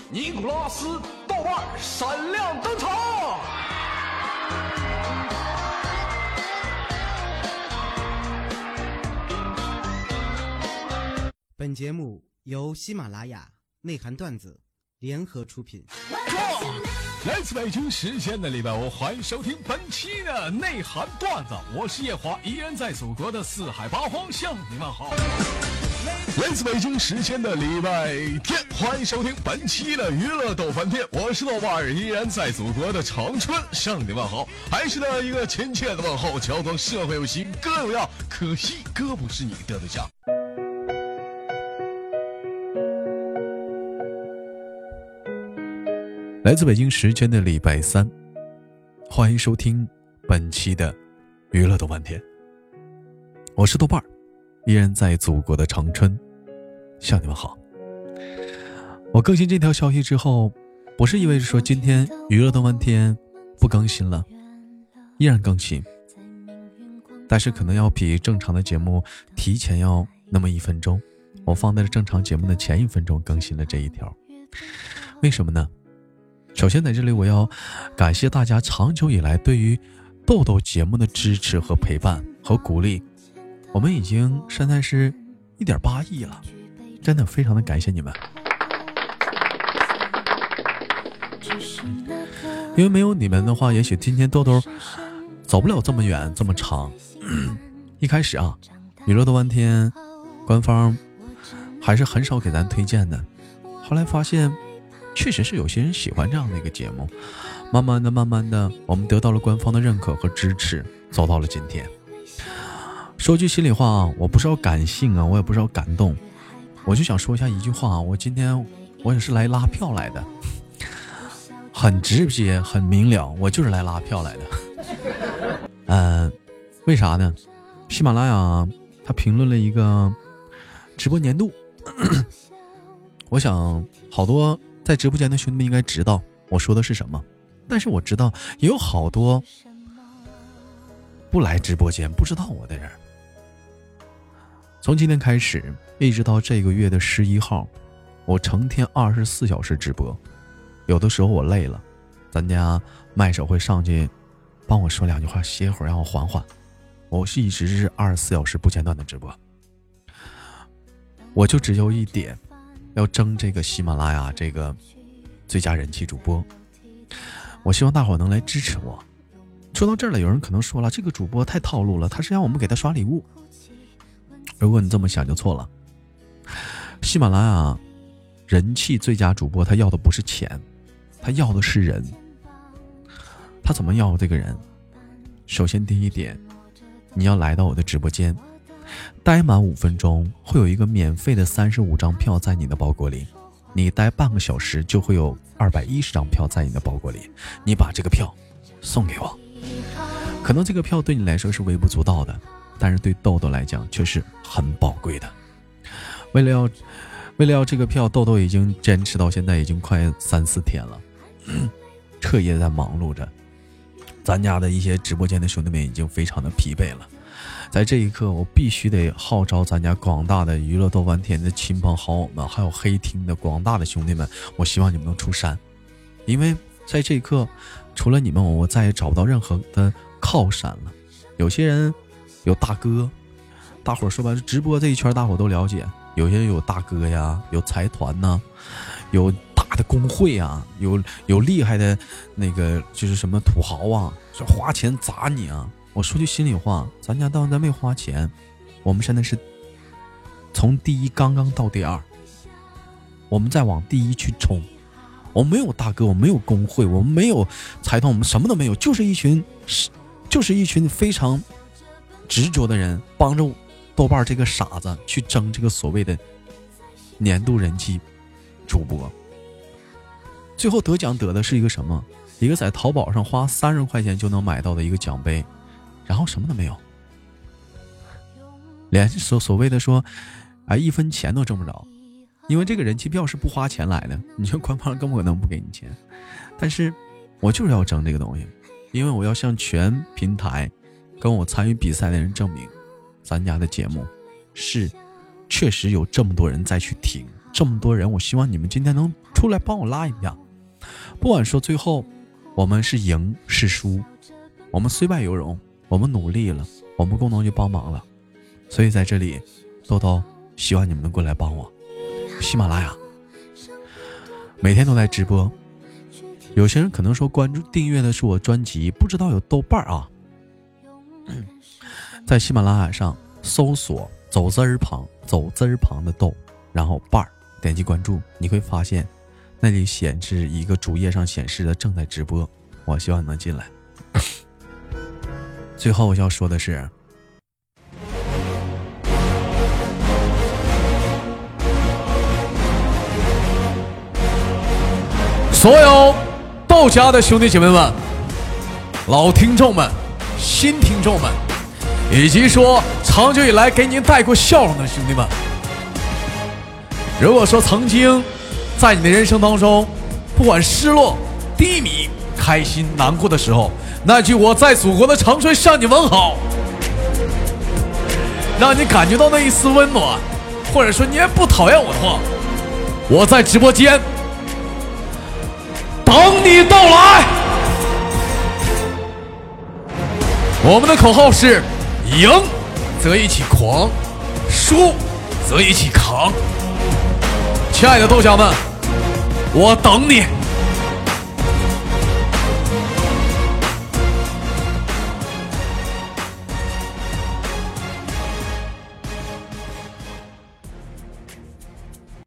尼古拉斯豆瓣闪亮登场。 本节目由喜马拉雅内涵段子联合出品。 来自北京时间的礼拜五，欢迎收听本期的内涵段子，我是叶华，依然在祖国的四海八荒向你们好。来自北京时间的礼拜天，欢迎收听本期的娱乐逗翻天，我是豆瓣儿，依然在祖国的长春向你们好，还是那一个亲切的问候，叫做社会有型哥有样，可惜哥不是你的对象。来自北京时间的礼拜三，欢迎收听本期的娱乐豆瓣天，我是豆瓣儿，依然在祖国的长春向你们好。我更新这条消息之后，不是意味着说今天娱乐豆瓣天不更新了，依然更新，但是可能要比正常的节目提前要那么1分钟，我放在了正常节目的前1分钟更新了这一条。为什么呢？首先在这里我要感谢大家长久以来对于豆豆节目的支持和陪伴和鼓励，我们已经现在是1.8亿了，真的非常的感谢你们。因为没有你们的话，也许今天豆豆走不了这么远这么长。一开始啊，娱乐豆瓣天官方还是很少给咱推荐的，后来发现确实是有些人喜欢这样的一个节目，慢慢的我们得到了官方的认可和支持，走到了今天。说句心里话啊，我不是要感性啊，我也不是要感动，我就想说一下一句话啊，我今天我也是来拉票来的，很直接很明了，我就是来拉票来的。为啥呢？喜马拉雅他评论了一个直播年度我想好多在直播间的兄弟们应该知道我说的是什么，但是我知道也有好多不来直播间不知道我的人。从今天开始一直到这个月的11号，我成天24小时直播，有的时候我累了，咱家麦手会上去帮我说2句话，歇会儿让我缓缓，我是一直是24小时不间断的直播。我就只有一点，要争这个喜马拉雅这个最佳人气主播，我希望大伙能来支持我。说到这儿了，有人可能说了，这个主播太套路了，他是让我们给他刷礼物。如果你这么想就错了，喜马拉雅人气最佳主播他要的不是钱，他要的是人。他怎么要这个人？首先第一点，你要来到我的直播间，待满5分钟会有一个免费的35张票在你的包裹里，你待半个小时就会有210张票在你的包裹里，你把这个票送给我。可能这个票对你来说是微不足道的，但是对豆豆来讲却是很宝贵的。为了要这个票，豆豆已经坚持到现在已经快3-4天了，彻夜在忙碌着。咱家的一些直播间的兄弟们已经非常的疲惫了，在这一刻我必须得号召咱家广大的娱乐豆瓣天的亲朋好友们，还有黑厅的广大的兄弟们，我希望你们能出山。因为在这一刻除了你们，我再也找不到任何的靠山了。有些人有大哥，大伙说白了直播这一圈大伙都了解，有些人有大哥呀，有财团呐，有大的工会啊，有厉害的那个就是什么土豪啊，就花钱砸你啊。我说句心里话，咱家当然没花钱，我们现在是从第一刚刚到第2，我们再往第1去冲。我们没有大哥，我们没有工会，我们没有财团，我们什么都没有，就是一群非常执着的人，帮着豆瓣这个傻子去争这个所谓的年度人气主播。最后得奖得的是一个什么？一个在淘宝上花30块钱就能买到的一个奖杯，然后什么都没有，连所谓的说1分钱都挣不着。因为这个人气票是不花钱来的，你说官方根本可能不给你钱，但是我就是要争这个东西，因为我要向全平台跟我参与比赛的人证明，咱家的节目是确实有这么多人再去听， 这么多人，我希望你们今天能出来帮我拉一下。不管说最后我们是赢是输，我们虽败犹荣，我们努力了，我们共同去帮忙了。所以在这里豆豆希望你们能过来帮我。喜马拉雅每天都在直播，有些人可能说关注订阅的是我专辑，不知道有豆瓣啊。在喜马拉雅上搜索走字儿旁的豆，然后瓣儿，点击关注，你会发现那里显示一个主页上显示的正在直播，我希望你能进来。最后我要说的是，所有豆家的兄弟姐妹们、老听众们、新听众们，以及说长久以来给您带过笑容的兄弟们，如果说曾经在你的人生当中，不管失落、低迷、开心、难过的时候，那句我在祖国的长春向你问好，让你感觉到那一丝温暖，或者说你也不讨厌我的话，我在直播间等你到来。我们的口号是赢则一起狂，输则一起扛。亲爱的豆家们，我等你。